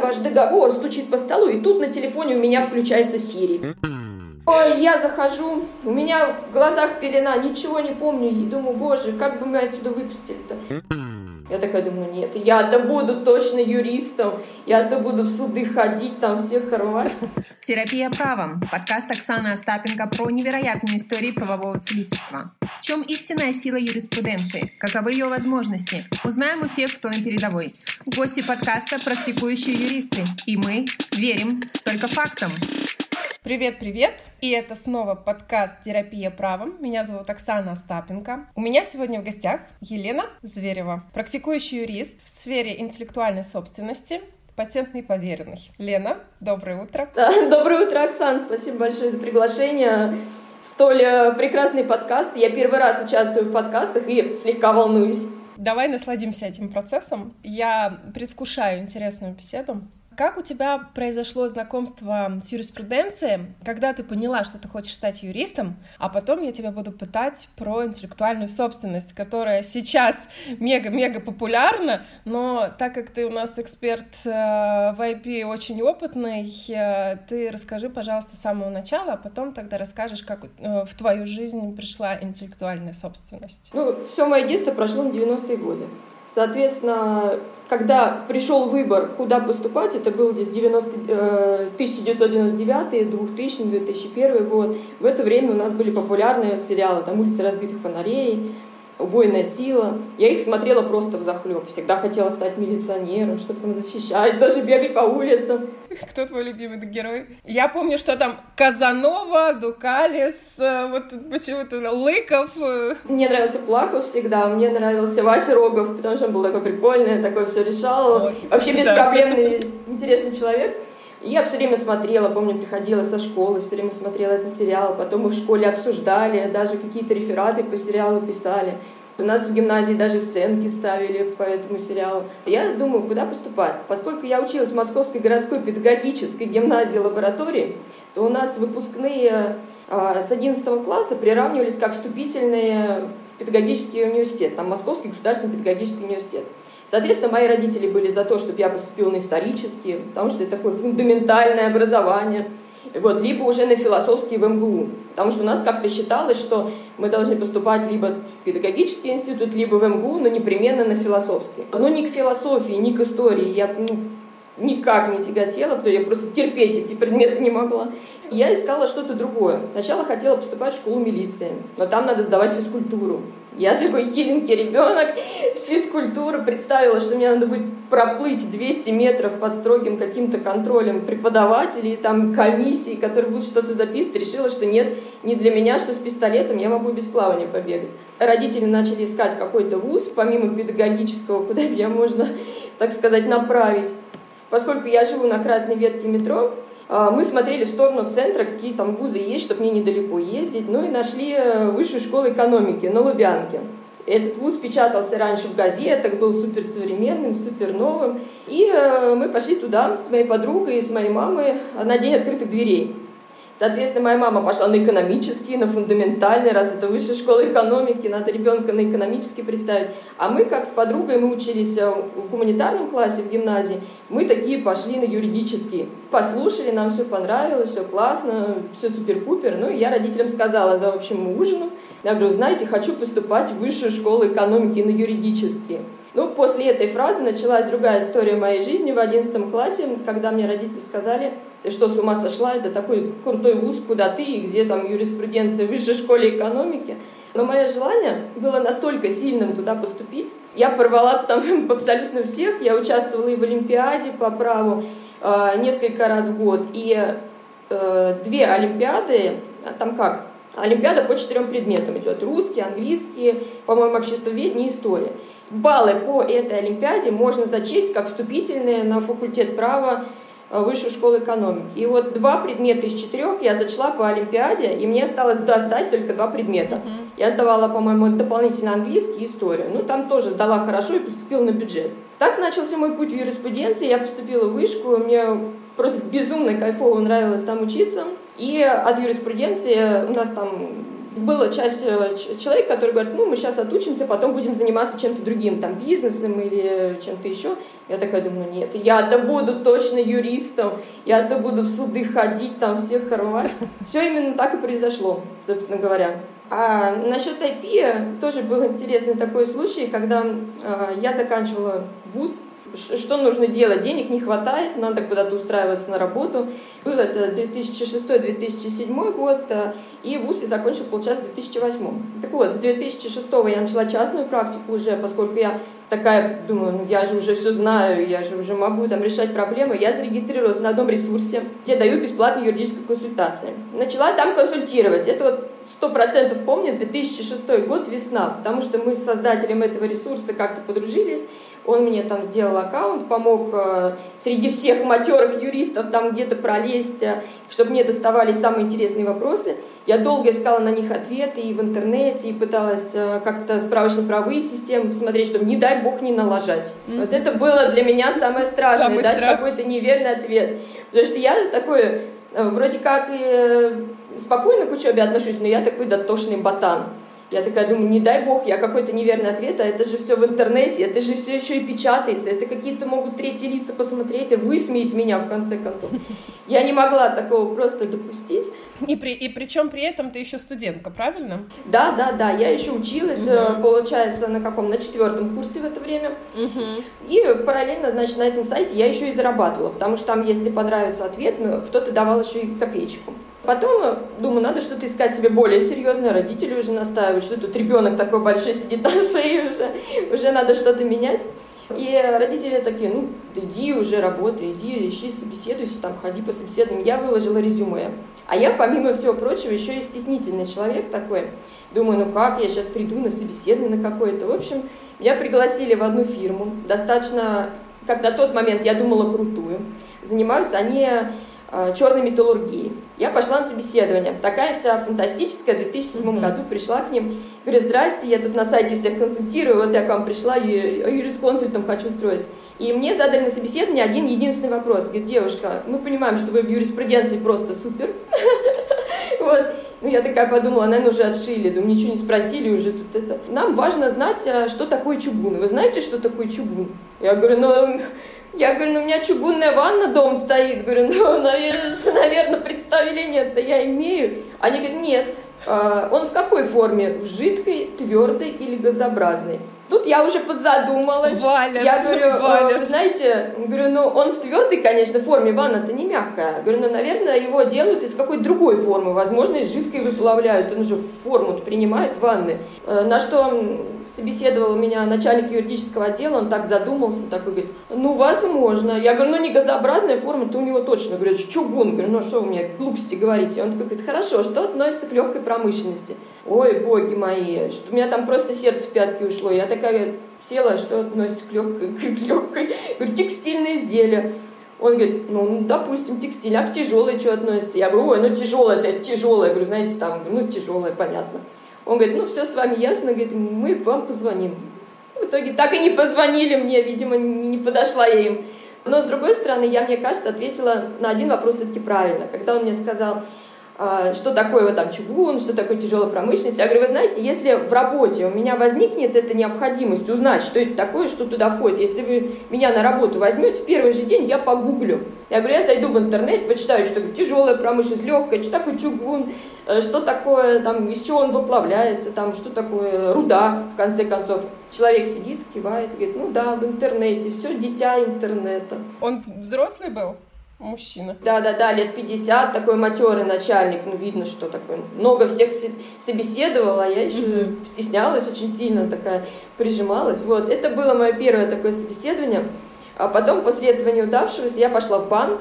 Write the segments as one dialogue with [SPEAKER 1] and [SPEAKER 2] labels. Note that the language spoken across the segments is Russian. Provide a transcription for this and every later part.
[SPEAKER 1] ваш договор, стучит по столу, и тут на телефоне у меня включается Siri. Ой, я захожу, у меня в глазах пелена, ничего не помню, и думаю, боже, как бы мы отсюда выпустили-то? Я такая думаю, нет, я-то буду точно юристом, я-то буду в суды ходить, там всех рвать.
[SPEAKER 2] Терапия правом. Подкаст Оксаны Остапенко про невероятные истории правового целительства. В чем истинная сила юриспруденции? Каковы ее возможности? Узнаем у тех, кто на передовой. Гости подкаста – практикующие юристы. И мы верим только фактам.
[SPEAKER 3] Привет-привет! И это снова подкаст «Терапия правом». Меня зовут Оксана Остапенко. У меня сегодня в гостях Елена Зверева, практикующий юрист в сфере интеллектуальной собственности, патентный поверенный. Лена, доброе утро.
[SPEAKER 1] Доброе утро, Оксана. Спасибо большое за приглашение в столь прекрасный подкаст. Я первый раз участвую в подкастах и слегка волнуюсь.
[SPEAKER 3] Давай насладимся этим процессом. Я предвкушаю интересную беседу. Как у тебя произошло знакомство с юриспруденцией, когда ты поняла, что ты хочешь стать юристом, а потом я тебя буду пытать про интеллектуальную собственность, которая сейчас мега-мега популярна, но так как ты у нас эксперт в IP очень опытный, ты расскажи, пожалуйста, с самого начала, а потом тогда расскажешь, как в твою жизнь пришла интеллектуальная собственность.
[SPEAKER 1] Все мое детство прошло на 90-е годы. Соответственно, когда пришел выбор, куда поступать, это был 1999, 2000, 2001 год. В это время у нас были популярные сериалы, там «Улица разбитых фонарей», «Убойная сила». Я их смотрела просто взахлеб. Всегда хотела стать милиционером, чтобы там защищать, даже бегать по улицам.
[SPEAKER 3] Кто твой любимый герой? Я помню, что там Казанова, Дукалис, вот почему-то Лыков.
[SPEAKER 1] Мне нравился Плахов всегда, мне нравился Вася Рогов, потому что он был такой прикольный, такой все решал. Вообще беспроблемный, интересный человек. И я все время смотрела, помню, приходила со школы, все время смотрела этот сериал, потом мы в школе обсуждали, даже какие-то рефераты по сериалу писали. У нас в гимназии даже сценки ставили по этому сериалу. Я думаю, куда поступать? Поскольку я училась в Московской городской педагогической гимназии лаборатории, то у нас выпускные с 11 класса приравнивались как вступительные в педагогический университет, там Московский государственный педагогический университет. Соответственно, мои родители были за то, чтобы я поступила на исторический, потому что это такое фундаментальное образование, либо уже на философский в МГУ, потому что у нас как-то считалось, что мы должны поступать либо в педагогический институт, либо в МГУ, но непременно на философский. Но ни к философии, ни к истории я никак не тяготела, потому что я просто терпеть эти предметы не могла. Я искала что-то другое. Сначала хотела поступать в школу милиции, но там надо сдавать физкультуру. Я такой хиленький ребенок с физкультуры, представила, что мне надо будет проплыть 200 метров под строгим каким-то контролем преподавателей, там комиссии, которые будут что-то записывать. Решила, что нет, не для меня, что с пистолетом я могу без плавания побегать. Родители начали искать какой-то вуз, помимо педагогического, куда меня можно, так сказать, направить. Поскольку я живу на красной ветке метро, мы смотрели в сторону центра, какие там вузы есть, чтобы мне недалеко ездить. И нашли высшую школу экономики на Лубянке. Этот вуз печатался раньше в газетах, был суперсовременным, суперновым. И мы пошли туда с моей подругой и с моей мамой на день открытых дверей. Соответственно, моя мама пошла на экономический, на фундаментальный, раз это высшая школа экономики, надо ребенка на экономический представить. А мы, как с подругой, мы учились в гуманитарном классе в гимназии, мы такие пошли на юридический. Послушали, нам все понравилось, все классно, все супер-пупер. И я родителям сказала за общим ужином, я говорю, знаете, хочу поступать в высшую школу экономики на юридический. После этой фразы началась другая история моей жизни в 11 классе, когда мне родители сказали, ты что, с ума сошла, это такой крутой вуз, куда ты, и где там юриспруденция в высшей школе экономики. Но мое желание было настолько сильным туда поступить. Я порвала там абсолютно всех, я участвовала и в Олимпиаде по праву несколько раз в год, и 2 Олимпиады, там как? Олимпиада по 4 предметам идет, русский, английский, по-моему, обществоведение и история. Баллы по этой Олимпиаде можно зачесть как вступительные на факультет права высшую школу экономики. И 2 предмета из 4 я зачла по Олимпиаде, и мне осталось сдать только 2 предмета. Я сдавала, по-моему, дополнительно английский и историю. Там тоже сдала хорошо и поступила на бюджет. Так начался мой путь в юриспруденции. Я поступила в вышку, мне просто безумно кайфово нравилось там учиться. И от юриспруденции у нас там Была часть человек, который говорит, мы сейчас отучимся, потом будем заниматься чем-то другим, там, бизнесом или чем-то еще. Я такая думаю, нет, я-то буду точно юристом, я-то буду в суды ходить, там, всех рвать. Все именно так и произошло, собственно говоря. А насчет IP тоже был интересный такой случай, когда я заканчивала вуз. Что нужно делать? Денег не хватает, надо куда-то устраиваться на работу. Был это 2006-2007 год, и вуз я закончила, получается, в 2008. Так вот, с 2006 я начала частную практику уже, поскольку я такая, думаю, я же уже все знаю, я же уже могу там решать проблемы. Я зарегистрировалась на одном ресурсе, где дают бесплатные юридические консультации. Начала там консультировать. Это 100% помню, 2006 год, весна, потому что мы с создателем этого ресурса как-то подружились. Он мне там сделал аккаунт, помог среди всех матерых юристов там где-то пролезть, чтобы мне доставались самые интересные вопросы. Я долго искала на них ответы и в интернете, и пыталась как-то справочно-правовые системы посмотреть, чтобы, не дай бог, не налажать. Вот это было для меня самое страшное, дать какой-то неверный ответ. Потому что я такой, вроде как и спокойно к учебе отношусь, но я такой дотошный ботан. Я такая думаю, не дай бог, я какой-то неверный ответ, а это же все в интернете, это же все еще и печатается, это какие-то могут третьи лица посмотреть и высмеять меня в конце концов. Я не могла такого просто допустить.
[SPEAKER 3] И причем при этом ты еще студентка, правильно?
[SPEAKER 1] Да, я еще училась, получается, на 4-м курсе в это время. И параллельно, значит, на этом сайте я еще и зарабатывала, потому что там, если понравится ответ, кто-то давал еще и копеечку. Потом, думаю, надо что-то искать себе более серьезное, родители уже настаивают, что тут ребенок такой большой сидит там своей уже надо что-то менять. И родители такие, да иди уже работай, иди ищи, собеседуйся, там, ходи по собеседованиям. Я выложила резюме. А я, помимо всего прочего, еще и стеснительный человек такой. Думаю, как я сейчас приду на собеседование на какое-то. В общем, меня пригласили в одну фирму, достаточно, как на тот момент я думала, крутую. Занимаются они черной металлургией. Я пошла на собеседование. Такая вся фантастическая, в 2007 году пришла к ним. Говорю, здрасте, я тут на сайте всех консультирую, вот я к вам пришла, юрисконсультом хочу устроиться. И мне задали на собеседование один единственный вопрос. Говорит, девушка, мы понимаем, что вы в юриспруденции просто супер. Вот. Я такая подумала, наверное, уже отшили, думаю, ничего не спросили уже тут это. Нам важно знать, что такое чугун. Вы знаете, что такое чугун? Я говорю, у меня чугунная ванна дома стоит. Говорю, наверное, представление-то я имею. Они говорят, нет. Он в какой форме? В жидкой, твердой или газообразной? Тут я уже подзадумалась. Я говорю, вы знаете, он в твердой, конечно, форме, ванна-то не мягкая. Говорю, наверное, его делают из какой-то другой формы. Возможно, из жидкой выплавляют. Он уже форму принимает ванны. На что собеседовал меня начальник юридического отдела, он так задумался, такой говорит, возможно. Я говорю, не газообразная форма-то у него точно. Говорит, чугун. Говорю, что вы мне глупости говорите? Он такой говорит, хорошо, что относится к легкой промышленности? Ой, боги мои, что у меня там просто сердце в пятки ушло. Я такая села, что относится к легкой. Говорю, текстильные изделия. Он говорит, допустим, текстиль, а к тяжелой что относится? Я говорю, тяжелое, это тяжелое. Я говорю, знаете, там, тяжелое, понятно. Он говорит, все с вами ясно, говорит, мы вам позвоним. В итоге так и не позвонили мне, видимо, не подошла я им. Но, с другой стороны, мне кажется, ответила на один вопрос все-таки правильно. Когда он мне сказал, что такое там чугун, что такое тяжелая промышленность. Я говорю, вы знаете, если в работе у меня возникнет эта необходимость узнать, что это такое, что туда входит, если вы меня на работу возьмете, в первый же день я погуглю. Я говорю, я зайду в интернет, почитаю, что такое тяжелая промышленность, легкая, что такое чугун, что такое, там, из чего он выплавляется, там, что такое руда, в конце концов. Человек сидит, кивает, говорит, в интернете, все дитя интернета.
[SPEAKER 3] Он взрослый был? Мужчина.
[SPEAKER 1] Да, лет 50, такой матерый начальник, видно, что такой. Много всех собеседовала, а я еще стеснялась очень сильно, такая прижималась. Вот, это было мое первое такое собеседование. А потом, после этого неудавшегося, я пошла в банк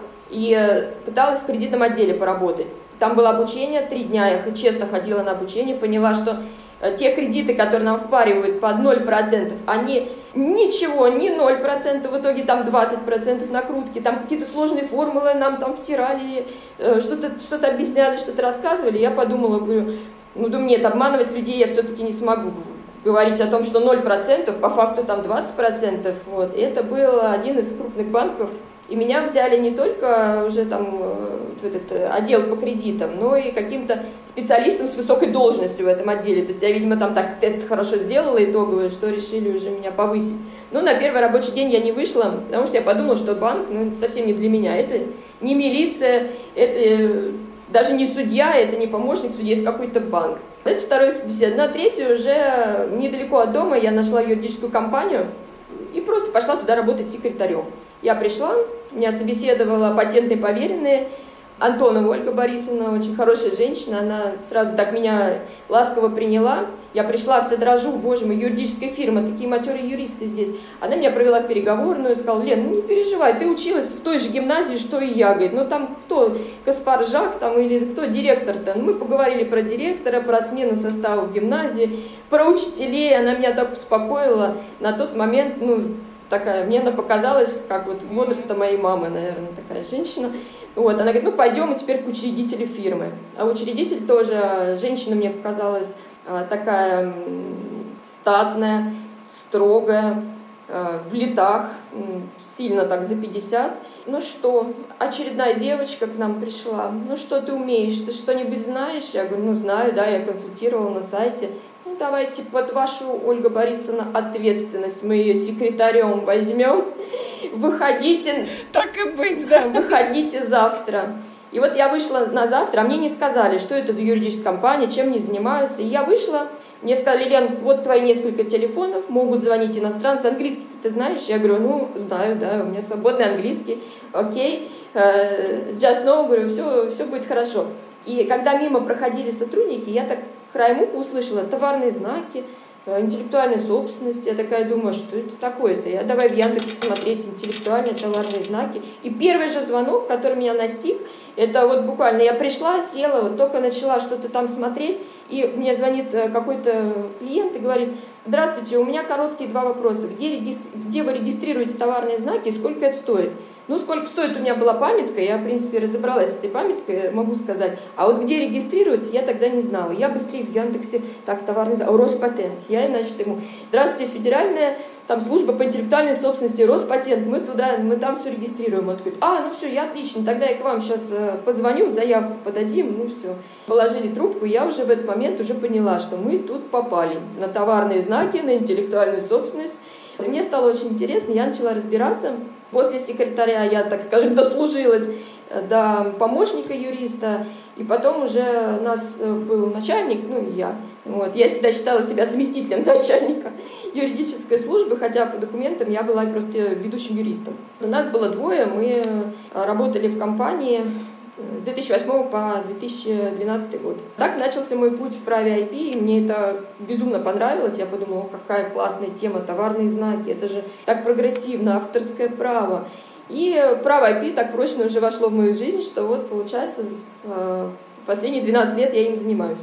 [SPEAKER 1] и пыталась в кредитном отделе поработать. Там было обучение 3 дня, я честно ходила на обучение, поняла, что те кредиты, которые нам впаривают под 0%, они ничего, не 0%, в итоге там 20% накрутки, там какие-то сложные формулы нам там втирали, что-то объясняли, что-то рассказывали. Я подумала, говорю, нет, обманывать людей я все-таки не смогу. Говорить о том, что 0%, по факту там 20%. Вот. И это был один из крупных банков. И меня взяли не только уже там в этот отдел по кредитам, но и каким-то специалистом с высокой должностью в этом отделе. То есть я, видимо, там так тест хорошо сделала итоговый, что решили уже меня повысить. Но на первый рабочий день я не вышла, потому что я подумала, что банк совсем не для меня. Это не милиция, это даже не судья, это не помощник судьи, это какой-то банк. Это второй собеседование. На третий уже недалеко от дома я нашла юридическую компанию и просто пошла туда работать секретарем. Я пришла, меня собеседовала патентный поверенный Антонова Ольга Борисовна, очень хорошая женщина, она сразу так меня ласково приняла. Я пришла, вся дрожу, боже мой, юридическая фирма, такие матерые юристы здесь. Она меня провела в переговорную, сказала: Лен, не переживай, ты училась в той же гимназии, что и я. Говорит, там кто, Каспар Жак там, или кто директор-то? Мы поговорили про директора, про смену состава в гимназии, про учителей. Она меня так успокоила. На тот момент, такая, мне она показалась, как вот возраста моей мамы, наверное, такая женщина. Вот, она говорит, пойдем теперь к учредителю фирмы. А учредитель тоже, женщина мне показалась такая статная, строгая, в летах, сильно так за 50. Что, очередная девочка к нам пришла. Что ты умеешь, ты что-нибудь знаешь? Я говорю, знаю, да, я консультировала на сайте. Давайте под вашу, Ольга Борисовна, ответственность мы ее секретарем возьмем. Выходите.
[SPEAKER 3] Так и быть, да.
[SPEAKER 1] Выходите завтра. И вот я вышла на завтра, а мне не сказали, что это за юридическая компания, чем они занимаются. И я вышла, мне сказали, Лен, вот твои несколько телефонов, могут звонить иностранцы. Английский ты знаешь? Я говорю, знаю, да, у меня свободный английский. Окей, just know, говорю, все будет хорошо. И когда мимо проходили сотрудники, я так краем уха услышала товарные знаки, интеллектуальная собственность. Я такая думаю, что это такое-то? Я давай в Яндексе смотреть интеллектуальные товарные знаки. И первый же звонок, который меня настиг, это вот буквально я пришла, села, вот только начала что-то там смотреть, и мне звонит какой-то клиент и говорит: здравствуйте, у меня короткие 2 вопроса. Где вы регистрируете товарные знаки и сколько это стоит? Сколько стоит, у меня была памятка, я, в принципе, разобралась с этой памяткой, могу сказать. А вот где регистрируется, я тогда не знала. Я быстрее в Яндексе, товарный знак, Роспатент. Я, ему, здравствуйте, федеральная служба по интеллектуальной собственности, Роспатент, мы там все регистрируем. Он такой, все, я отлично, тогда я к вам сейчас позвоню, заявку подадим, все. Положили трубку, я уже в этот момент уже поняла, что мы тут попали на товарные знаки, на интеллектуальную собственность. Мне стало очень интересно, я начала разбираться. После секретаря я, так скажем, дослужилась до помощника юриста, и потом уже у нас был начальник, и я. Я всегда считала себя заместителем начальника юридической службы, хотя по документам я была просто ведущим юристом. У нас было 2, мы работали в компании с 2008 по 2012 год. Так начался мой путь в праве IP, и мне это безумно понравилось. Я подумала, какая классная тема, товарные знаки, это же так прогрессивно, авторское право. И право IP так прочно уже вошло в мою жизнь, что получается, последние 12 лет я им занимаюсь.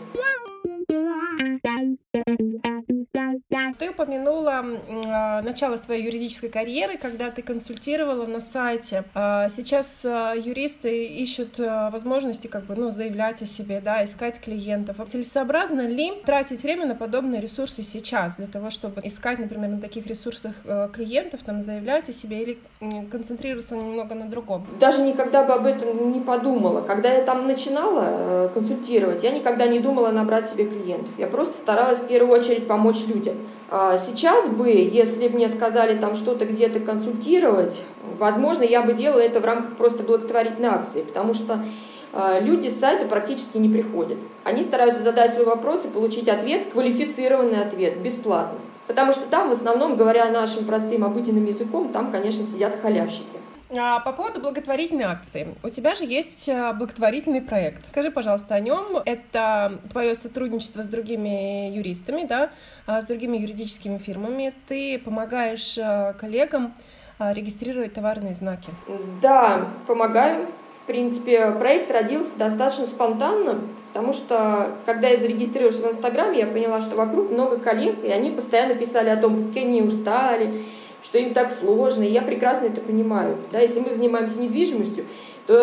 [SPEAKER 3] Ты упомянула начало своей юридической карьеры, когда ты консультировала на сайте. Сейчас юристы ищут возможности заявлять о себе, искать клиентов. Целесообразно ли тратить время на подобные ресурсы сейчас, для того, чтобы искать, например, на таких ресурсах клиентов, заявлять о себе, или концентрироваться немного на другом?
[SPEAKER 1] Даже никогда бы об этом не подумала. Когда я там начинала консультировать, я никогда не думала набрать себе клиентов. Я просто старалась в первую очередь помочь людям. Сейчас бы, если бы мне сказали что-то где-то консультировать, возможно, я бы делала это в рамках просто благотворительной акции, потому что люди с сайта практически не приходят. Они стараются задать свой вопрос и получить ответ, квалифицированный ответ, бесплатно. Потому что там, в основном, говоря нашим простым обыденным языком, там, конечно, сидят халявщики.
[SPEAKER 3] По поводу благотворительной акции. У тебя же есть благотворительный проект. Скажи, пожалуйста, о нем. Это твое сотрудничество с другими юристами, с другими юридическими фирмами. Ты помогаешь коллегам регистрировать товарные знаки.
[SPEAKER 1] Да, помогаю. В принципе, проект родился достаточно спонтанно, потому что, когда я зарегистрировалась в Инстаграме, я поняла, что вокруг много коллег, и они постоянно писали о том, какие они устали, что им так сложно, и я прекрасно это понимаю. Если мы занимаемся недвижимостью, то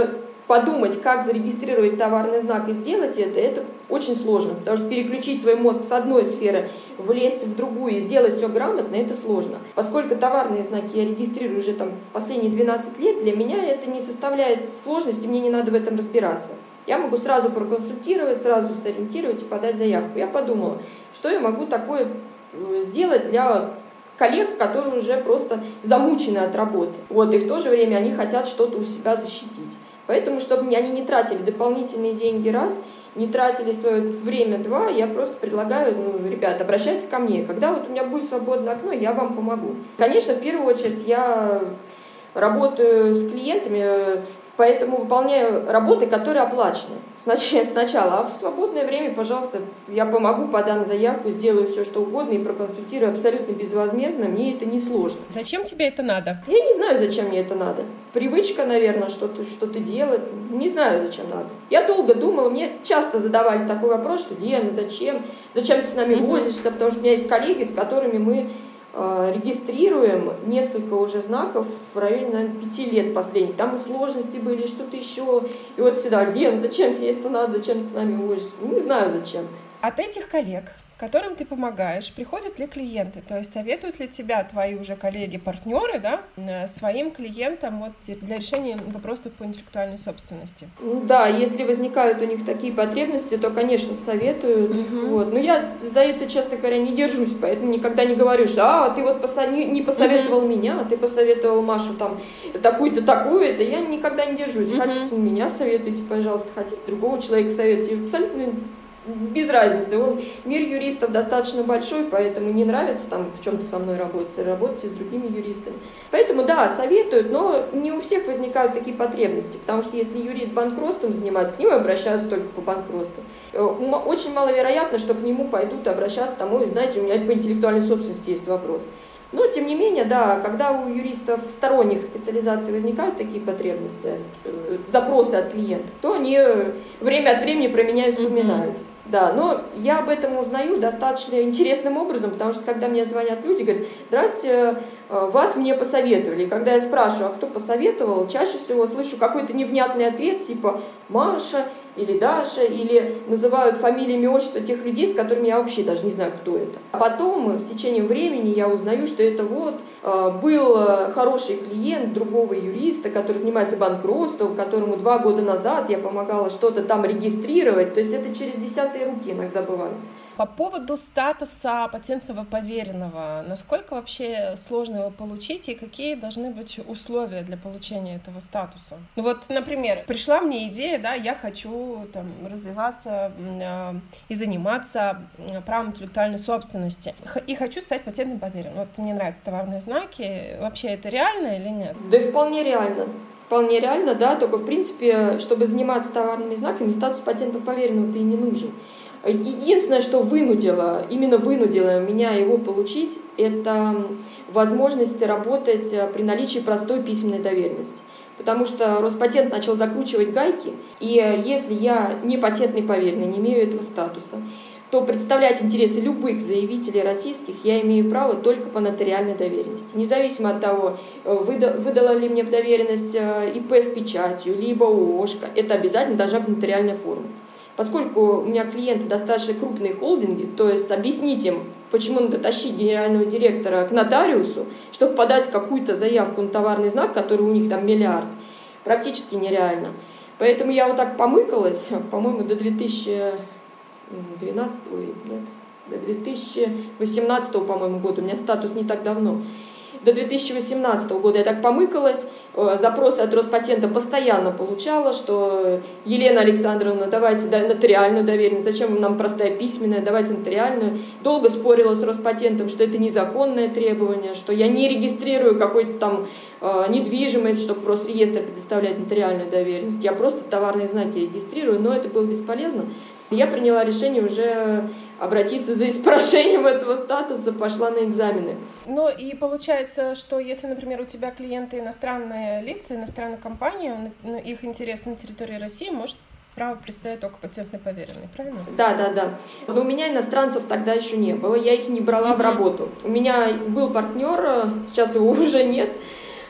[SPEAKER 1] подумать, как зарегистрировать товарный знак и сделать это очень сложно, потому что переключить свой мозг с одной сферы, влезть в другую и сделать все грамотно, это сложно. Поскольку товарные знаки я регистрирую уже последние 12 лет, для меня это не составляет сложности, мне не надо в этом разбираться. Я могу сразу проконсультировать, сразу сориентировать и подать заявку. Я подумала, что я могу такое сделать для коллег, которые уже просто замучены от работы. И в то же время они хотят что-то у себя защитить. Поэтому, чтобы они не тратили дополнительные деньги раз, не тратили свое время два, я просто предлагаю, ребят, обращайтесь ко мне. Когда у меня будет свободное окно, я вам помогу. Конечно, в первую очередь я работаю с клиентами, поэтому выполняю работы, которые оплачены сначала, а в свободное время, пожалуйста, я помогу, подам заявку, сделаю все, что угодно и проконсультирую абсолютно безвозмездно, мне это не сложно.
[SPEAKER 3] Зачем тебе это надо?
[SPEAKER 1] Я не знаю, зачем мне это надо. Привычка, наверное, что-то делать. Не знаю, зачем надо. Я долго думала, мне часто задавали такой вопрос, что Лена, зачем ты с нами возишься, потому что у меня есть коллеги, с которыми мы регистрируем несколько уже знаков в районе, наверное, 5 лет последних. Там и сложности были, что-то еще. И всегда, Лен, зачем тебе это надо, зачем ты с нами возишься? Не знаю, зачем.
[SPEAKER 3] От этих коллег, которым ты помогаешь, приходят ли клиенты? То есть советуют ли тебя твои уже коллеги-партнеры, своим клиентам для решения вопросов по интеллектуальной собственности?
[SPEAKER 1] Да, если возникают у них такие потребности, то, конечно, советуют. Но я за это, честно говоря, не держусь, поэтому никогда не говорю, что ты не посоветовал меня, а ты посоветовал Машу такую-то, такую-то. Я никогда не держусь. Хотите меня советуйте, пожалуйста, хотите другого человека советуйте. Абсолютно без разницы. Мир юристов достаточно большой, поэтому не нравится в чем-то со мной работайте с другими юристами. Поэтому, да, советуют, но не у всех возникают такие потребности, потому что если юрист банкротством занимается, к нему обращаются только по банкротству. Очень маловероятно, что к нему пойдут обращаться, знаете, у меня по интеллектуальной собственности есть вопрос. Но, тем не менее, да, когда у юристов сторонних специализаций возникают такие потребности, запросы от клиентов, то они время от времени про меня вспоминают. Да, но я об этом узнаю достаточно интересным образом, потому что когда мне звонят люди, говорят, здрасте, вас мне посоветовали. И когда я спрашиваю, а кто посоветовал, чаще всего слышу какой-то невнятный ответ, типа Маша или Даша, или называют фамилии, имя, отчество тех людей, с которыми я вообще даже не знаю, кто это. А потом, с течением времени, я узнаю, что это был хороший клиент другого юриста, который занимается банкротством, которому 2 года назад я помогала что-то там регистрировать. То есть это через десятые руки иногда бывает.
[SPEAKER 3] По поводу статуса патентного поверенного, насколько вообще сложно его получить и какие должны быть условия для получения этого статуса? Например, пришла мне идея, я хочу развиваться и заниматься правом интеллектуальной собственности и хочу стать патентным поверенным. Мне нравятся товарные знаки. Вообще это реально или нет?
[SPEAKER 1] Да, вполне реально. Вполне реально, да, только в принципе, чтобы заниматься товарными знаками, статус патентного поверенного-то и не нужен. Единственное, что вынудило меня его получить, это возможность работать при наличии простой письменной доверенности. Потому что Роспатент начал закручивать гайки, и если я не патентный поверенный, не имею этого статуса, то представлять интересы любых заявителей российских я имею право только по нотариальной доверенности. Независимо от того, выдала ли мне в доверенность ИП с печатью, либо ООшка, это обязательно должна быть нотариальная форма. Поскольку у меня клиенты достаточно крупные холдинги, то есть объяснить им, почему надо тащить генерального директора к нотариусу, чтобы подать какую-то заявку на товарный знак, который у них миллиард, практически нереально. Поэтому я так помыкалась, по-моему, до 2018, по-моему, года, у меня статус не так давно. До 2018 года я так помыкалась, запросы от Роспатента постоянно получала, что Елена Александровна, давайте нотариальную доверенность, зачем нам простая письменная, давайте нотариальную. Долго спорила с Роспатентом, что это незаконное требование, что я не регистрирую какую-то недвижимость, чтобы в Росреестр предоставлять нотариальную доверенность. Я просто товарные знаки регистрирую, но это было бесполезно. Я приняла решение уже обратиться за испрошением этого статуса, пошла на экзамены.
[SPEAKER 3] И получается, что если, например, у тебя клиенты иностранные лица, иностранные компании, их интересы на территории России, может право представить только патентный поверенный, правильно?
[SPEAKER 1] Да. Но у меня иностранцев тогда еще не было, я их не брала в работу. У меня был партнер, сейчас его уже нет,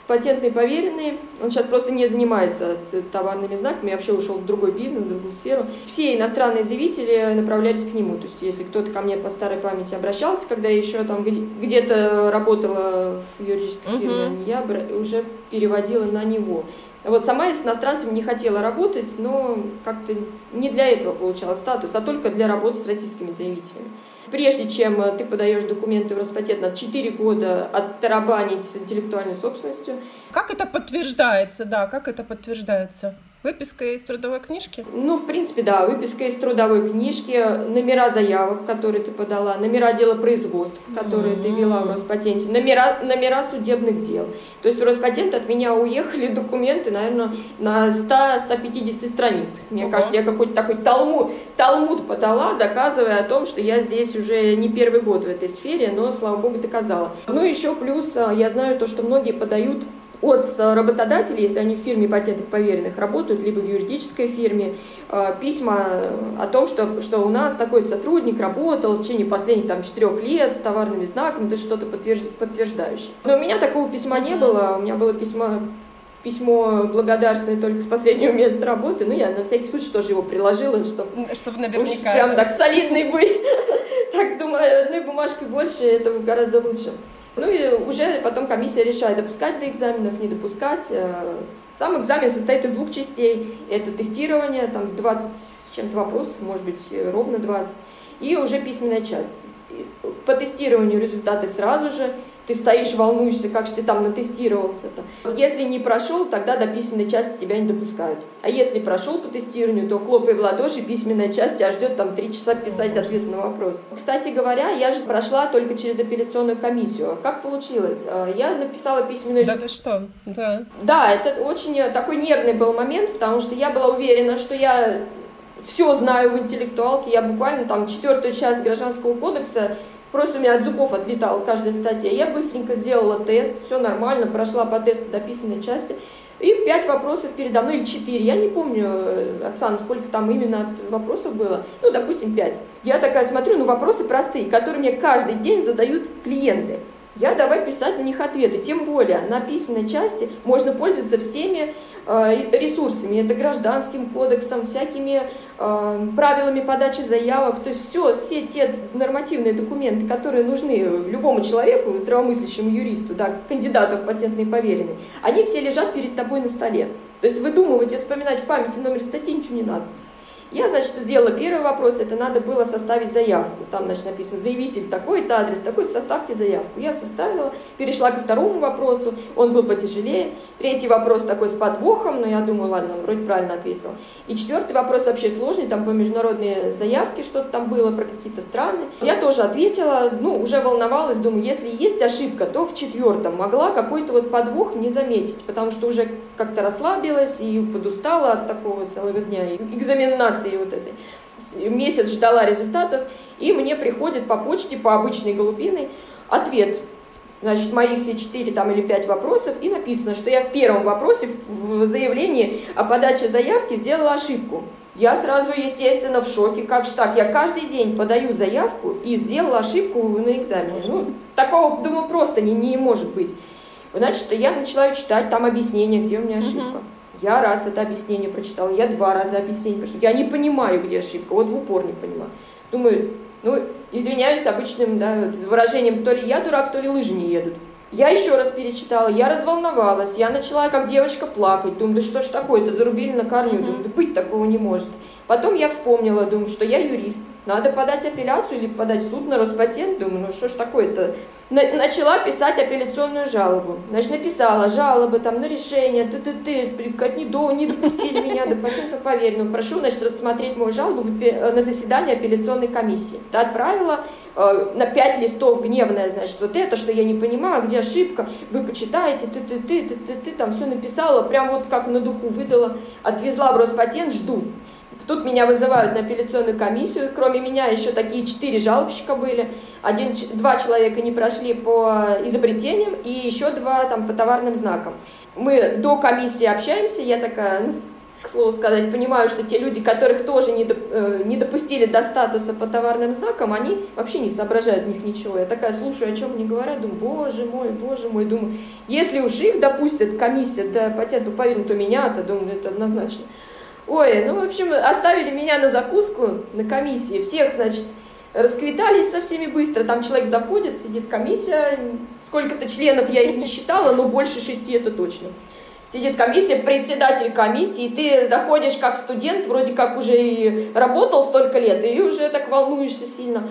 [SPEAKER 1] патентный поверенный, он сейчас просто не занимается товарными знаками, вообще ушел в другой бизнес, в другую сферу. Все иностранные заявители направлялись к нему, то есть если кто-то ко мне по старой памяти обращался, когда я еще там где-то работала в юридической фирме, я уже переводила на него. Вот сама я с иностранцами не хотела работать, но как-то не для этого получала статус, а только для работы с российскими заявителями. Прежде чем ты подаешь документы в Роспатент, надо 4 года оттарабанить с интеллектуальной собственностью.
[SPEAKER 3] Как это подтверждается, да, как это подтверждается? Выписка из трудовой книжки?
[SPEAKER 1] Ну, в принципе, да, выписка из трудовой книжки, номера заявок, которые ты подала, номера дела производств, которые ты вела в Роспатенте, номера судебных дел. То есть в Роспатент от меня уехали документы, наверное, на 100-150 страницах. Мне кажется, я какой-то такой талмуд подала, доказывая о том, что я здесь уже не первый год в этой сфере, но, слава богу, доказала. Ну, еще плюс, я знаю то, что многие подают от работодателей, если они в фирме патентных поверенных работают, либо в юридической фирме, письма о том, что у нас такой сотрудник работал в течение последних 4 лет с товарными знаками, то есть что-то подтверждающее. Но у меня такого письма не было, у меня было письмо благодарственное только с последнего места работы, но я на всякий случай тоже его приложила, чтобы
[SPEAKER 3] наверняка
[SPEAKER 1] прям так солидный быть. Так, думаю, одной бумажкой больше, это гораздо лучше. Ну и уже потом комиссия решает, допускать до экзаменов, не допускать. Сам экзамен состоит из 2 частей. Это тестирование, там 20 с чем-то вопросов, может быть, ровно 20. И уже письменная часть. По тестированию результаты сразу же. Ты стоишь, волнуешься, как же ты там натестировался-то. Если не прошел, тогда до письменной части тебя не допускают. А если прошел по тестированию, то хлопай в ладоши, письменная часть тебя ждет 3 часа писать ответы на вопрос. Кстати говоря, я же прошла только через апелляционную комиссию. Как получилось? Я написала письменную...
[SPEAKER 3] Да ты что? Да.
[SPEAKER 1] Да, это очень такой нервный был момент, потому что я была уверена, что я все знаю в интеллектуалке. Я буквально 4-ю часть Гражданского кодекса, просто у меня от зубов отлетала каждая статья. Я быстренько сделала тест, все нормально, прошла по тесту до письменной части. И 5 вопросов передо мной, или 4. Я не помню, Оксана, сколько там именно вопросов было. Ну, допустим, 5. Я такая смотрю, вопросы простые, которые мне каждый день задают клиенты. Я давай писать на них ответы. Тем более на письменной части можно пользоваться всеми ресурсами. Это Гражданским кодексом, всякими правилами подачи заявок. То есть все те нормативные документы, которые нужны любому человеку, здравомыслящему юристу, да, кандидату в патентные поверенные, они все лежат перед тобой на столе. То есть выдумывать и вспоминать в памяти номер статьи ничего не надо. Я, сделала первый вопрос, это надо было составить заявку. Там, написано, заявитель такой-то адрес, такой-то, составьте заявку. Я составила, перешла ко второму вопросу, он был потяжелее. 3-й вопрос такой с подвохом, но я думаю, ладно, вроде правильно ответила. И 4-й вопрос вообще сложный, там по международной заявке что-то там было, про какие-то страны. Я тоже ответила, уже волновалась, думаю, если есть ошибка, то в 4-м могла какой-то подвох не заметить, потому что уже как-то расслабилась и подустала от такого целого дня, экзаменации этой. Месяц ждала результатов, и мне приходит по почте, по обычной голубиной, ответ. Мои все 4 или 5 вопросов, и написано, что я в первом вопросе в заявлении о подаче заявки сделала ошибку. Я сразу, естественно, в шоке. Как же так? Я каждый день подаю заявку и сделала ошибку на экзамене. Такого, думаю, просто не может быть. Значит, я начала читать там объяснение, где у меня ошибка. Я раз это объяснение прочитала, я 2 раза объяснение прочитала. Я не понимаю, где ошибка, в упор не понимаю. Думаю, извиняюсь обычным выражением, то ли я дурак, то ли лыжи не едут. Я еще раз перечитала, я разволновалась, я начала как девочка плакать. Думаю, да что ж такое-то, зарубили на корню. Думаю, да быть такого не может. Потом я вспомнила, думаю, что я юрист. Надо подать апелляцию или подать в суд на Роспатент. Думаю, что ж такое-то. Начала писать апелляционную жалобу. Написала жалобы на решение, не допустили меня до патентного поверенного. Прошу, рассмотреть мою жалобу на заседании апелляционной комиссии. Отправила на 5 листов гневная, это, что я не понимаю, где ошибка, вы почитаете, ты там все написала, прям как на духу выдала, отвезла в Роспатент, жду. Тут меня вызывают на апелляционную комиссию, кроме меня еще такие 4 жалобщика были, 2 человека не прошли по изобретениям и еще 2 по товарным знакам. Мы до комиссии общаемся, я такая, к слову сказать, понимаю, что те люди, которых тоже не допустили до статуса по товарным знакам, они вообще не соображают в них ничего. Я такая слушаю, о чем мне говорят, думаю, боже мой, думаю, если уж их допустят комиссия до патенту поверенного, то меня-то, думаю, это однозначно. Ой, ну, в общем, оставили меня на закуску на комиссии, всех, значит, расквитались со всеми быстро, там человек заходит, сидит комиссия, сколько-то членов я их не считала, но больше 6 это точно. Сидит комиссия, председатель комиссии, и ты заходишь как студент, вроде как уже и работал столько лет, и уже так волнуешься сильно.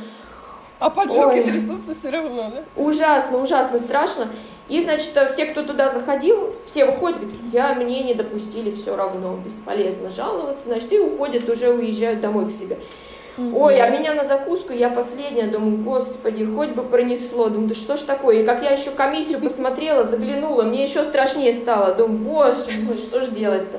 [SPEAKER 3] А поджилки трясутся все равно, да?
[SPEAKER 1] Ужасно страшно. И, значит, все, кто туда заходил, все выходят, говорят, мне не допустили, все равно, бесполезно жаловаться, значит, и уходят, уже уезжают домой к себе. Ой, а меня на закуску, я последняя, думаю, господи, хоть бы пронесло, думаю, да что ж такое, и как я еще комиссию посмотрела, заглянула, мне еще страшнее стало, думаю, боже мой, что ж делать-то?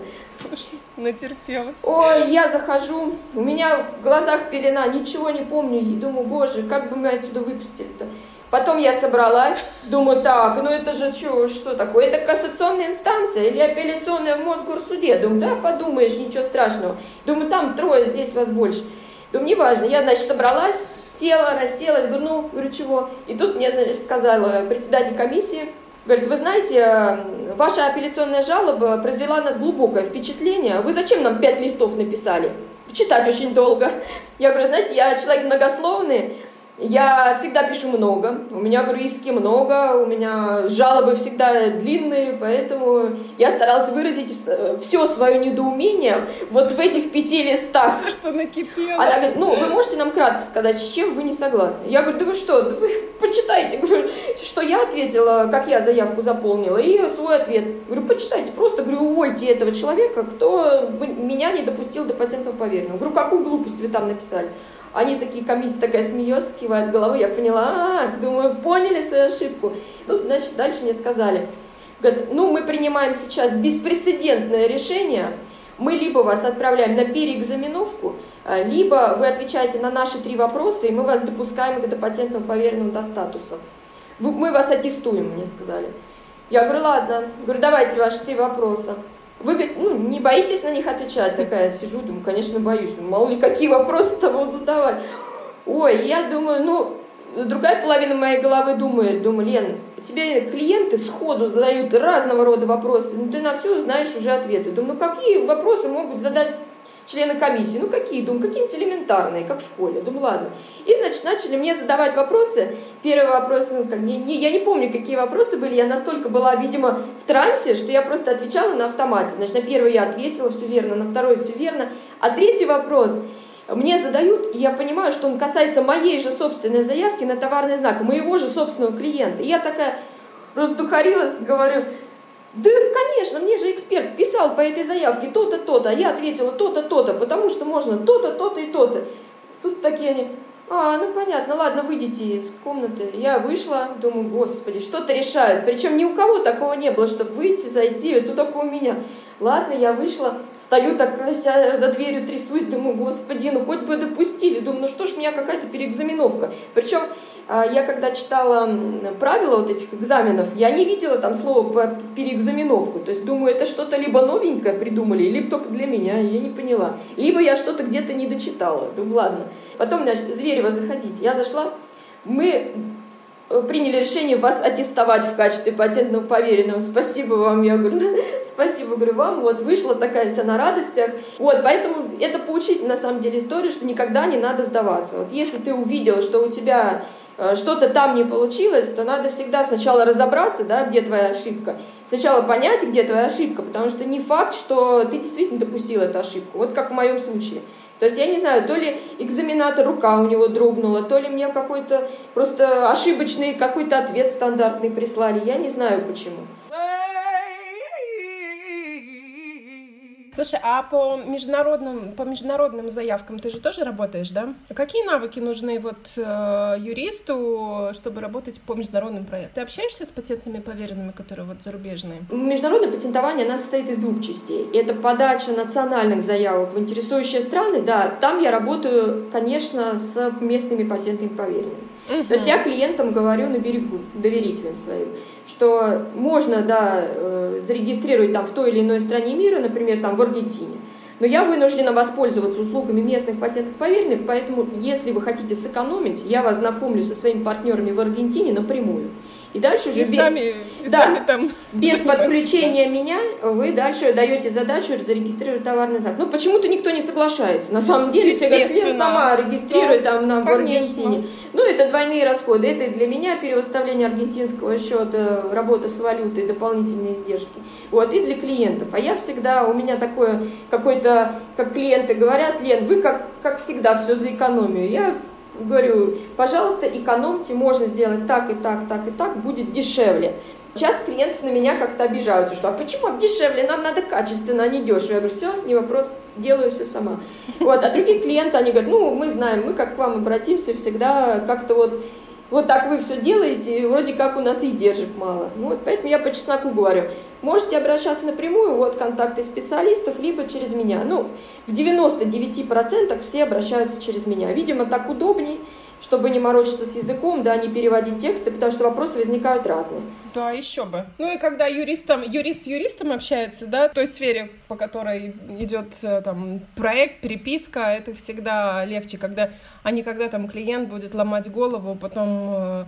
[SPEAKER 3] Натерпелась.
[SPEAKER 1] Ой, я захожу, у меня в глазах пелена, ничего не помню, и думаю, боже, как бы мы отсюда выпустили-то? Потом я собралась, думаю, так, ну это же что такое? Это кассационная инстанция или апелляционная в Мосгорсуде? Думаю, да, подумаешь, ничего страшного. Думаю, там 3, здесь вас больше. Думаю, неважно. Я, значит, собралась, села, расселась, говорю, чего? И тут мне, значит, сказала председатель комиссии, говорит, вы знаете, ваша апелляционная жалоба произвела на нас глубокое впечатление. Вы зачем нам 5 листов написали? Читать очень долго. Я говорю, знаете, я человек многословный, я всегда пишу много, у меня, говорю, иски много, у меня жалобы всегда длинные, поэтому я старалась выразить все свое недоумение вот в этих 5 листах.
[SPEAKER 3] Все, что накипело.
[SPEAKER 1] Она говорит, ну, вы можете нам кратко сказать, с чем вы не согласны? Я говорю, да вы что, да вы почитайте, говорю, что я ответила, как я заявку заполнила, и свой ответ. Говорю, почитайте, просто, говорю, увольте этого человека, кто меня не допустил до патентного поверенного. Говорю, какую глупость вы там написали? Они такие, комиссия такая смеется, кивает головой, я поняла, думаю, поняли свою ошибку. Тут, значит, дальше мне сказали, говорят, ну, мы принимаем сейчас беспрецедентное решение, мы либо вас отправляем на переэкзаменовку, либо вы отвечаете на наши 3 вопроса, и мы вас допускаем к патентному поверенному до статуса. Мы вас аттестуем, мне сказали. Я говорю, ладно, говорю, давайте ваши 3 вопроса. Вы, говорите, ну, не боитесь на них отвечать? Такая сижу, думаю, конечно, боюсь. Мало ли, какие вопросы-то будут задавать. Ой, я думаю, ну, другая половина моей головы думает, Лен, тебе клиенты сходу задают разного рода вопросы, ну, ты на все знаешь уже ответы. Думаю, ну, какие вопросы могут задать члены комиссии? Ну, какие? Думаю, какие-нибудь элементарные, как в школе. Думаю, ладно. И, значит, начали мне задавать вопросы. Первый вопрос, ну, я не помню, какие вопросы были. Я настолько была, видимо, в трансе, что я просто отвечала на автомате. Значит, на первый я ответила все верно, на второй все верно. А третий вопрос мне задают, и я понимаю, что он касается моей же собственной заявки на товарный знак, моего же собственного клиента. И я такая раздухарилась, говорю, да, конечно, мне же эксперт писал по этой заявке то-то, то-то, а я ответила то-то, то-то, потому что можно то-то, то-то и то-то. Тут такие они, ну понятно, ладно, выйдите из комнаты. Я вышла, думаю, господи, что-то решают. Причем ни у кого такого не было, чтобы выйти, зайти, это только у меня. Ладно, я вышла, стою так, вся за дверью трясусь, думаю, господи, ну хоть бы допустили. Думаю, ну что ж, у меня какая-то переэкзаменовка. Причем я когда читала правила вот этих экзаменов, я не видела там слова переэкзаменовку. То есть думаю, это что-то либо новенькое придумали, либо только для меня, я не поняла. Либо я что-то где-то не дочитала. Думаю, ладно. Потом, значит, Зверева заходите. Я зашла, мы приняли решение вас аттестовать в качестве патентного поверенного. Спасибо вам, я говорю, спасибо, говорю, вам. Вот вышла такая вся на радостях. Вот, поэтому это поучительная на самом деле история, что никогда не надо сдаваться. Вот если ты увидела, что у тебя что-то там не получилось, то надо всегда сначала разобраться, да, где твоя ошибка. Сначала понять, где твоя ошибка, потому что не факт, что ты действительно допустил эту ошибку. Вот как в моем случае. То есть я не знаю, то ли экзаменатор, рука у него дрогнула, то ли мне какой-то просто ошибочный какой-то ответ стандартный прислали. Я не знаю почему.
[SPEAKER 3] Слушай, а по международным заявкам ты же тоже работаешь, да? Какие навыки нужны юристу, чтобы работать по международным проектам? Ты общаешься с патентными поверенными, которые зарубежные?
[SPEAKER 1] Международное патентование, оно состоит из 2 частей. Это подача национальных заявок в интересующие страны, да, там я работаю, конечно, с местными патентными поверенными. То есть я клиентам говорю на берегу, доверителям своим, что можно, зарегистрировать там в той или иной стране мира, например, там в Аргентине, но я вынуждена воспользоваться услугами местных патентных поверенных, поэтому если вы хотите сэкономить, я вас знакомлю со своими партнерами в Аргентине напрямую. И дальше уже без подключения меня вы дальше даете задачу зарегистрировать товарный знак. Ну, почему-то никто не соглашается. На самом деле, все говорят, клиент сама регистрирует там нам в Аргентине. Ну, это двойные расходы. Это и для меня перевыставление аргентинского счета, работа с валютой, дополнительные издержки. Вот, и для клиентов. А я всегда, у меня такое какое-то, как клиенты говорят, Лен, вы как всегда все за экономию. Я говорю, пожалуйста, экономьте, можно сделать так и так, так и так, будет дешевле. Часто клиентов на меня как-то обижаются, что а почему дешевле, нам надо качественно, а не дешево. Я говорю, все, не вопрос, сделаю все сама. Вот, а другие клиенты, они говорят, ну, мы знаем, мы как к вам обратимся, всегда как-то вот так вы все делаете, и вроде как у нас и издержек мало. Вот, поэтому я по чесноку говорю, можете обращаться напрямую, вот контакты специалистов, либо через меня. Ну, в 99% все обращаются через меня. Видимо, так удобней, чтобы не морочиться с языком, не переводить тексты, потому что вопросы возникают разные.
[SPEAKER 3] Да, еще бы. Ну и когда юрист с юристом общается, в той сфере, по которой идет там проект, переписка, это всегда легче, когда там клиент будет ломать голову, потом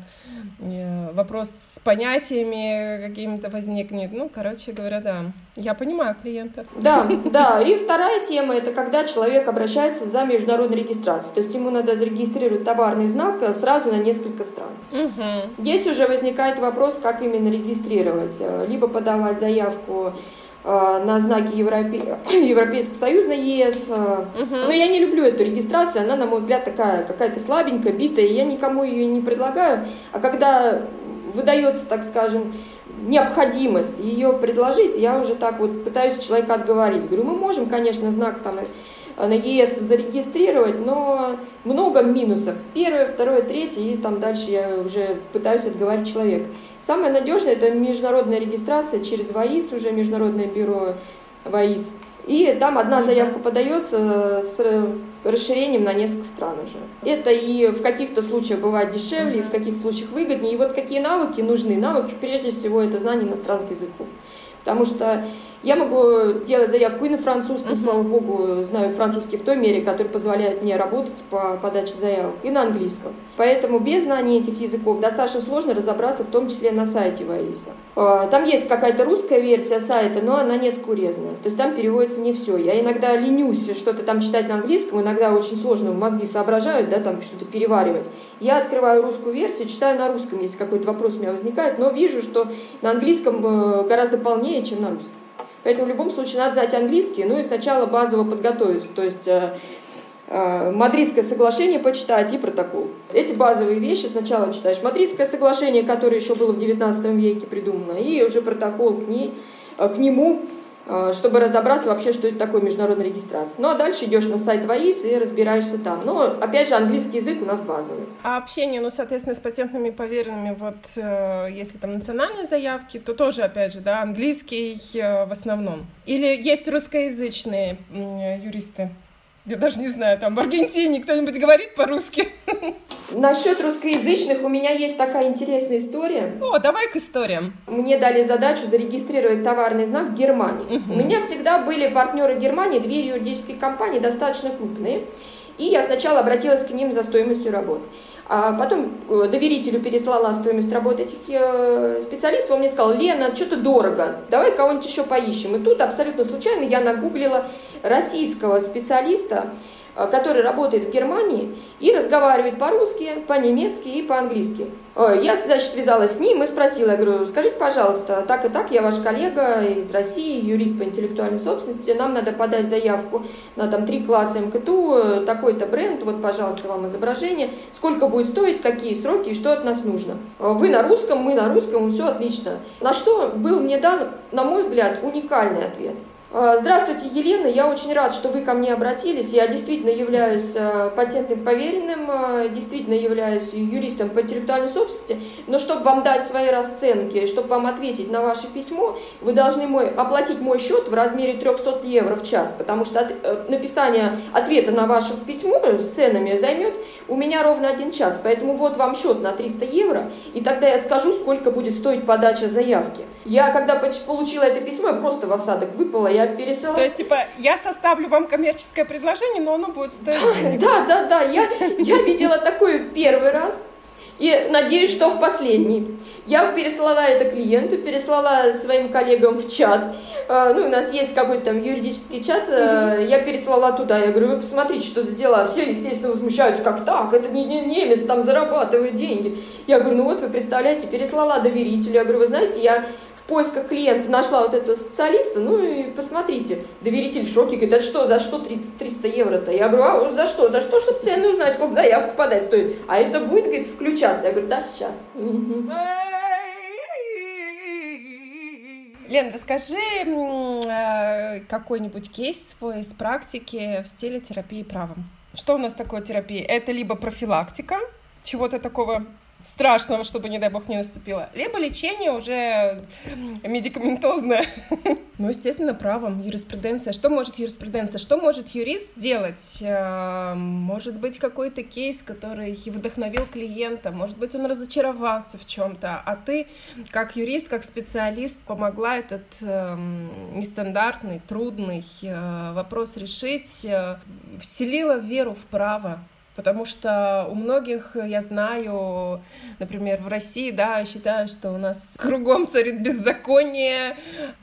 [SPEAKER 3] вопрос с понятиями какими-то возникнет. Ну, короче говоря, да. Я понимаю клиента.
[SPEAKER 1] Да. И вторая тема, это когда человек обращается за международной регистрацией. То есть ему надо зарегистрировать товарный знак сразу на несколько стран.
[SPEAKER 3] Угу.
[SPEAKER 1] Здесь уже возникает вопрос, как именно регистрировать. Либо подавать заявку на знаки Европейского Союза, ЕС. Но я не люблю эту регистрацию, она, на мой взгляд, такая какая-то слабенькая, битая, и я никому ее не предлагаю. А когда выдается, так скажем, необходимость ее предложить, я уже так вот пытаюсь человека отговорить. Говорю, мы можем, конечно, знак там на ЕС зарегистрировать, но много минусов. Первое, второе, третье, и там дальше я уже пытаюсь отговорить человека. Самое надежное – это международная регистрация через ВАИС, уже Международное бюро ВАИС. И там одна заявка подается с расширением на несколько стран уже. Это и в каких-то случаях бывает дешевле, и в каких-то случаях выгоднее. И вот какие навыки нужны? Навыки, прежде всего, это знание иностранных языков. Потому что я могу делать заявку и на французском, слава богу, знаю французский в той мере, который позволяет мне работать по подаче заявок, и на английском. Поэтому без знания этих языков достаточно сложно разобраться, в том числе на сайте ВАИСа. Там есть какая-то русская версия сайта, но она несколько урезанная. То есть там переводится не все. Я иногда ленюсь что-то там читать на английском, иногда очень сложно, мозги соображают, там что-то переваривать. Я открываю русскую версию, читаю на русском, если какой-то вопрос у меня возникает, но вижу, что на английском гораздо полнее, чем на русском. Поэтому в любом случае надо знать английский, и сначала базово подготовиться, то есть Мадридское соглашение почитать и протокол. Эти базовые вещи сначала читаешь. Мадридское соглашение, которое еще было в 19 веке придумано, и уже протокол к нему, чтобы разобраться вообще, что это такое международная регистрация. Ну, а дальше идешь на сайт ВАИС и разбираешься там. Но, опять же, английский язык у нас базовый.
[SPEAKER 3] А общение, соответственно, с патентными поверенными, если там национальные заявки, то тоже, опять же, английский в основном. Или есть русскоязычные юристы? Я даже не знаю, там в Аргентине кто-нибудь говорит по-русски?
[SPEAKER 1] Насчет русскоязычных у меня есть такая интересная история.
[SPEAKER 3] О, давай к историям.
[SPEAKER 1] Мне дали задачу зарегистрировать товарный знак в Германии. У меня всегда были партнеры Германии, 2 юридические компании, достаточно крупные. И я сначала обратилась к ним за стоимостью работы. А потом доверителю переслала стоимость работы этих специалистов. Он мне сказал: Лена, что-то дорого, давай кого-нибудь еще поищем. И тут абсолютно случайно я нагуглила российского специалиста, который работает в Германии и разговаривает по-русски, по-немецки и по-английски. Я, значит, связалась с ним и спросила, я говорю: скажите, пожалуйста, так и так, я ваш коллега из России, юрист по интеллектуальной собственности, нам надо подать заявку на 3 класса МКТУ, такой-то бренд, вот, пожалуйста, вам изображение, сколько будет стоить, какие сроки и что от нас нужно. Вы на русском, мы на русском, все отлично. На что был мне дан, на мой взгляд, уникальный ответ. Здравствуйте, Елена, я очень рад, что вы ко мне обратились. Я действительно являюсь патентным поверенным, действительно являюсь юристом по интеллектуальной собственности, но чтобы вам дать свои расценки, чтобы вам ответить на ваше письмо, вы должны оплатить мой счет в размере 300 евро в час, потому что написание ответа на ваше письмо с ценами займет у меня ровно 1 час, поэтому вот вам счет на 300 евро, и тогда я скажу, сколько будет стоить подача заявки. Я, когда получила это письмо, я просто в осадок выпала, я пересылала.
[SPEAKER 3] То есть, я составлю вам коммерческое предложение, но оно будет стоить денег.
[SPEAKER 1] Да, я видела такое в первый раз, и надеюсь, что в последний. Я переслала это клиенту, переслала своим коллегам в чат. У нас есть какой-то там юридический чат, я переслала туда. Я говорю, вы посмотрите, что за дела. Все, естественно, возмущаются, как так, это не немец, там зарабатывает деньги. Я говорю, вот вы представляете, переслала доверителю. Я говорю, вы знаете, я в поисках клиента нашла вот этого специалиста, и посмотрите. Доверитель в шоке, говорит, за что 300 евро-то? Я говорю, за что, чтобы цены узнать, сколько заявку подать стоит. А это будет, говорит, включаться. Я говорю, да, сейчас.
[SPEAKER 3] Лен, расскажи какой-нибудь кейс свой из практики в стиле терапии правом. Что у нас такое терапия? Это либо профилактика чего-то такого страшного, чтобы, не дай бог, не наступило, либо лечение уже медикаментозное. Естественно, правом, юриспруденция. Что может юриспруденция? Что может юрист делать? Может быть, какой-то кейс, который вдохновил клиента, может быть, он разочаровался в чем-то, а ты, как юрист, как специалист, помогла этот нестандартный, трудный вопрос решить, вселила веру в право. Потому что у многих, я знаю, например, в России, считают, что у нас кругом царит беззаконие,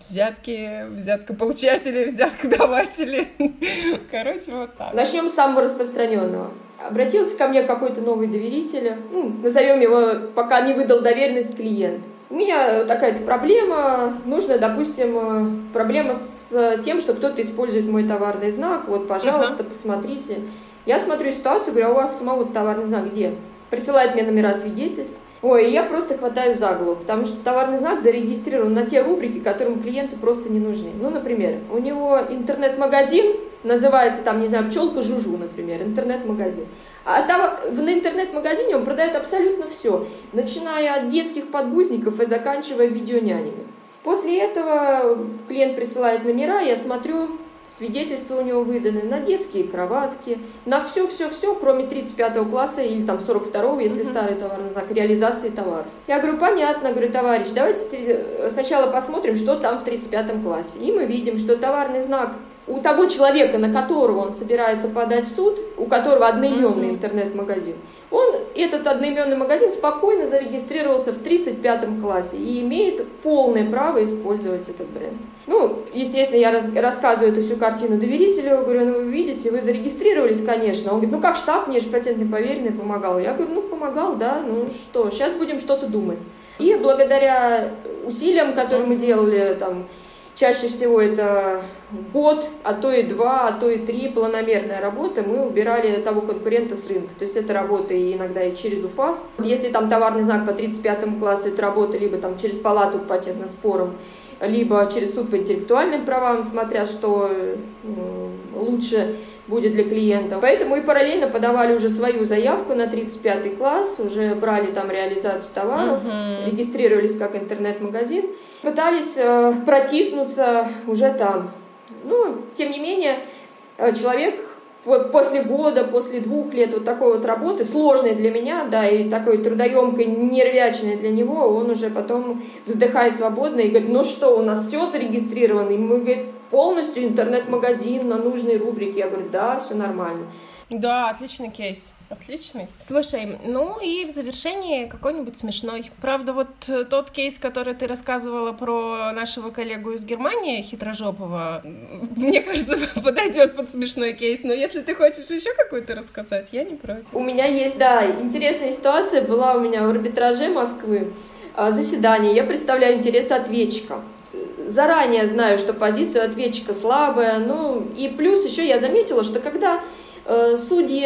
[SPEAKER 3] взяткополучатели, взяткодаватели. Короче, вот так.
[SPEAKER 1] Начнем с самого распространенного. Обратился ко мне какой-то новый доверитель, назовем его, пока не выдал доверенность, клиент. У меня такая-то проблема, допустим, проблема с тем, что кто-то использует мой товарный знак, вот, пожалуйста, посмотрите. Я смотрю ситуацию, говорю, а у вас самого товарный знак где? Присылает мне номера свидетельств. И я просто хватаю за голову, потому что товарный знак зарегистрирован на те рубрики, которым клиенту просто не нужны. Например, у него интернет-магазин, называется пчелка Жужу, например, интернет-магазин. А на интернет-магазине он продает абсолютно все, начиная от детских подгузников и заканчивая видеонянями. После этого клиент присылает номера, я смотрю, свидетельства у него выданы на детские кроватки, на все-все-все, кроме 35 класса или 42-го, если старый товарный знак, реализации товаров. Я говорю, понятно, товарищ, давайте сначала посмотрим, что там в 35 классе. И мы видим, что товарный знак у того человека, на которого он собирается подать в суд, у которого одноименный интернет-магазин, этот одноименный магазин спокойно зарегистрировался в 35 классе и имеет полное право использовать этот бренд. Естественно, я рассказываю эту всю картину доверителю, говорю, вы видите, вы зарегистрировались, конечно. Он говорит, как ж так, мне же патентный поверенный помогал. Я говорю, помогал, да, что, сейчас будем что-то думать. И благодаря усилиям, которые мы делали, чаще всего это год, а то и 2, а то и 3 планомерная работа, мы убирали того конкурента с рынка. То есть это работа иногда и через УФАС. Если товарный знак по 35 классу, это работа либо через палату по патентным спорам, либо через суд по интеллектуальным правам, смотря что лучше будет для клиента. Поэтому и параллельно подавали уже свою заявку на 35 класс, уже брали реализацию товаров, регистрировались как интернет-магазин, пытались протиснуться уже там. Тем не менее, человек после года, после 2 лет такой работы, сложной для меня, и такой трудоемкой, нервячной для него, он уже потом вздыхает свободно и говорит, у нас все зарегистрировано, и мы, говорит, полностью интернет-магазин на нужной рубрике. Я говорю, да, все нормально.
[SPEAKER 3] Да, отличный кейс. Отличный. Слушай, и в завершении какой-нибудь смешной. Правда, тот кейс, который ты рассказывала про нашего коллегу из Германии, хитрожопого, мне кажется, подойдет под смешной кейс. Но если ты хочешь еще какой-то рассказать, я не против.
[SPEAKER 1] У меня есть, интересная ситуация была у меня в арбитраже Москвы. Заседание. Я представляю интересы ответчика. Заранее знаю, что позиция ответчика слабая. И плюс еще я заметила, что когда судьи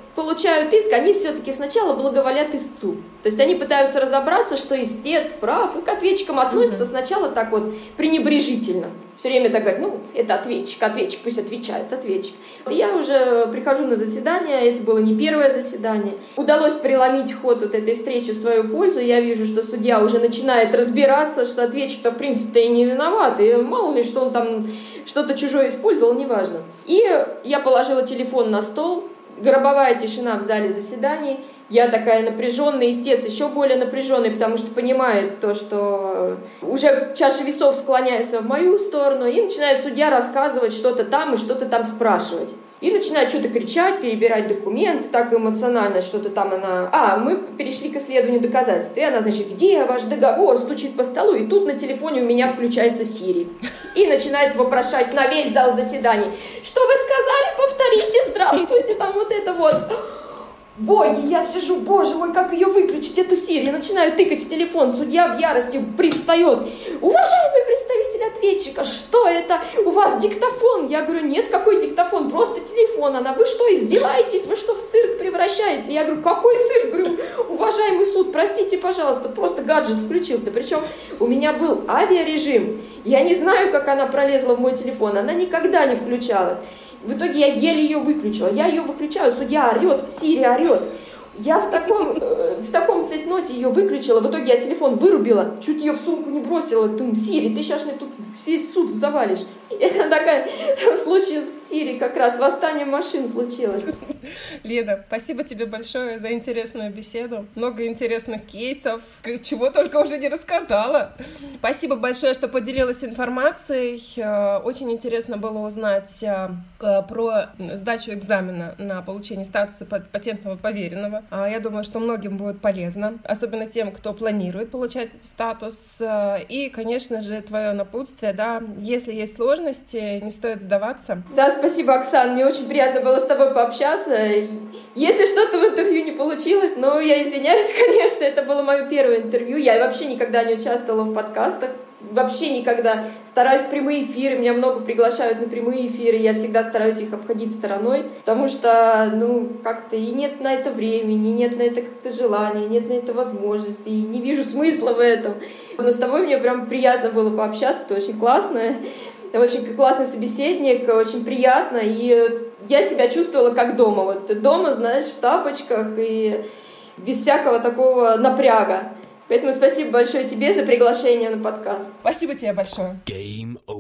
[SPEAKER 1] получают иск, они все-таки сначала благоволят истцу. То есть они пытаются разобраться, что истец прав, и к ответчикам относятся сначала так вот пренебрежительно. Все время так говорят, это ответчик, пусть отвечает, ответчик. И я уже прихожу на заседание, это было не первое заседание. Удалось преломить ход вот этой встречи в свою пользу. Я вижу, что судья уже начинает разбираться, что ответчик-то в принципе-то и не виноват, и мало ли, что он там что-то чужое использовал, неважно. И я положила телефон на стол, гробовая тишина в зале заседаний. Я такая напряженная, истец еще более напряженный, потому что понимает то, что уже чаша весов склоняется в мою сторону, и начинает судья рассказывать что-то там и что-то там спрашивать. И начинает что-то кричать, перебирать документы, так эмоционально что-то там она... мы перешли к исследованию доказательств. И она, значит, где ваш договор? Стучит по столу, и тут на телефоне у меня включается Siri. И начинает вопрошать на весь зал заседаний. Что вы сказали? Повторите, здравствуйте, там вот это вот... Боги, я сижу, боже мой, как ее выключить, эту Siri? Я начинаю тыкать в телефон, судья в ярости привстает. Уважаемый представитель ответчика, что это? У вас диктофон? Я говорю, нет, какой диктофон? Просто телефон. Она, вы что, издеваетесь? Вы что, в цирк превращаете? Я говорю, какой цирк? Говорю, уважаемый суд, простите, пожалуйста, просто гаджет включился. Причем у меня был авиарежим. Я не знаю, как она пролезла в мой телефон. Она никогда не включалась. В итоге я еле ее выключила. Я ее выключаю, судья орет, Siri орет. Я в таком цейтноте ее выключила. В итоге я телефон вырубила, чуть ее в сумку не бросила. Думаю, Siri, ты сейчас мне тут весь суд завалишь. Это такая в случае с Siri как раз восстание машин случилось.
[SPEAKER 3] Лена, спасибо тебе большое за интересную беседу. Много интересных кейсов, чего только уже не рассказала. Спасибо большое, что поделилась информацией. Очень интересно было узнать про сдачу экзамена на получение статуса патентного поверенного. Я думаю, что многим будет полезно, особенно тем, кто планирует получать этот статус. И, конечно же, твое напутствие, да, если есть сложности, не стоит сдаваться.
[SPEAKER 1] Да, спасибо, Оксан, мне очень приятно было с тобой пообщаться. Если что-то в интервью не получилось, я извиняюсь, конечно, это было мое первое интервью. Я вообще никогда не участвовала в подкастах, вообще никогда. Стараюсь прямые эфиры, меня много приглашают на прямые эфиры, я всегда стараюсь их обходить стороной, потому что, как-то и нет на это времени, нет на это как-то желания, нет на это возможности, и не вижу смысла в этом. Но с тобой мне прям приятно было пообщаться, ты очень классная. Очень классный собеседник, очень приятно, и я себя чувствовала как дома. Вот ты дома, знаешь, в тапочках и без всякого такого напряга. Поэтому спасибо большое тебе за приглашение на подкаст.
[SPEAKER 3] Спасибо тебе большое.
[SPEAKER 4] Game over.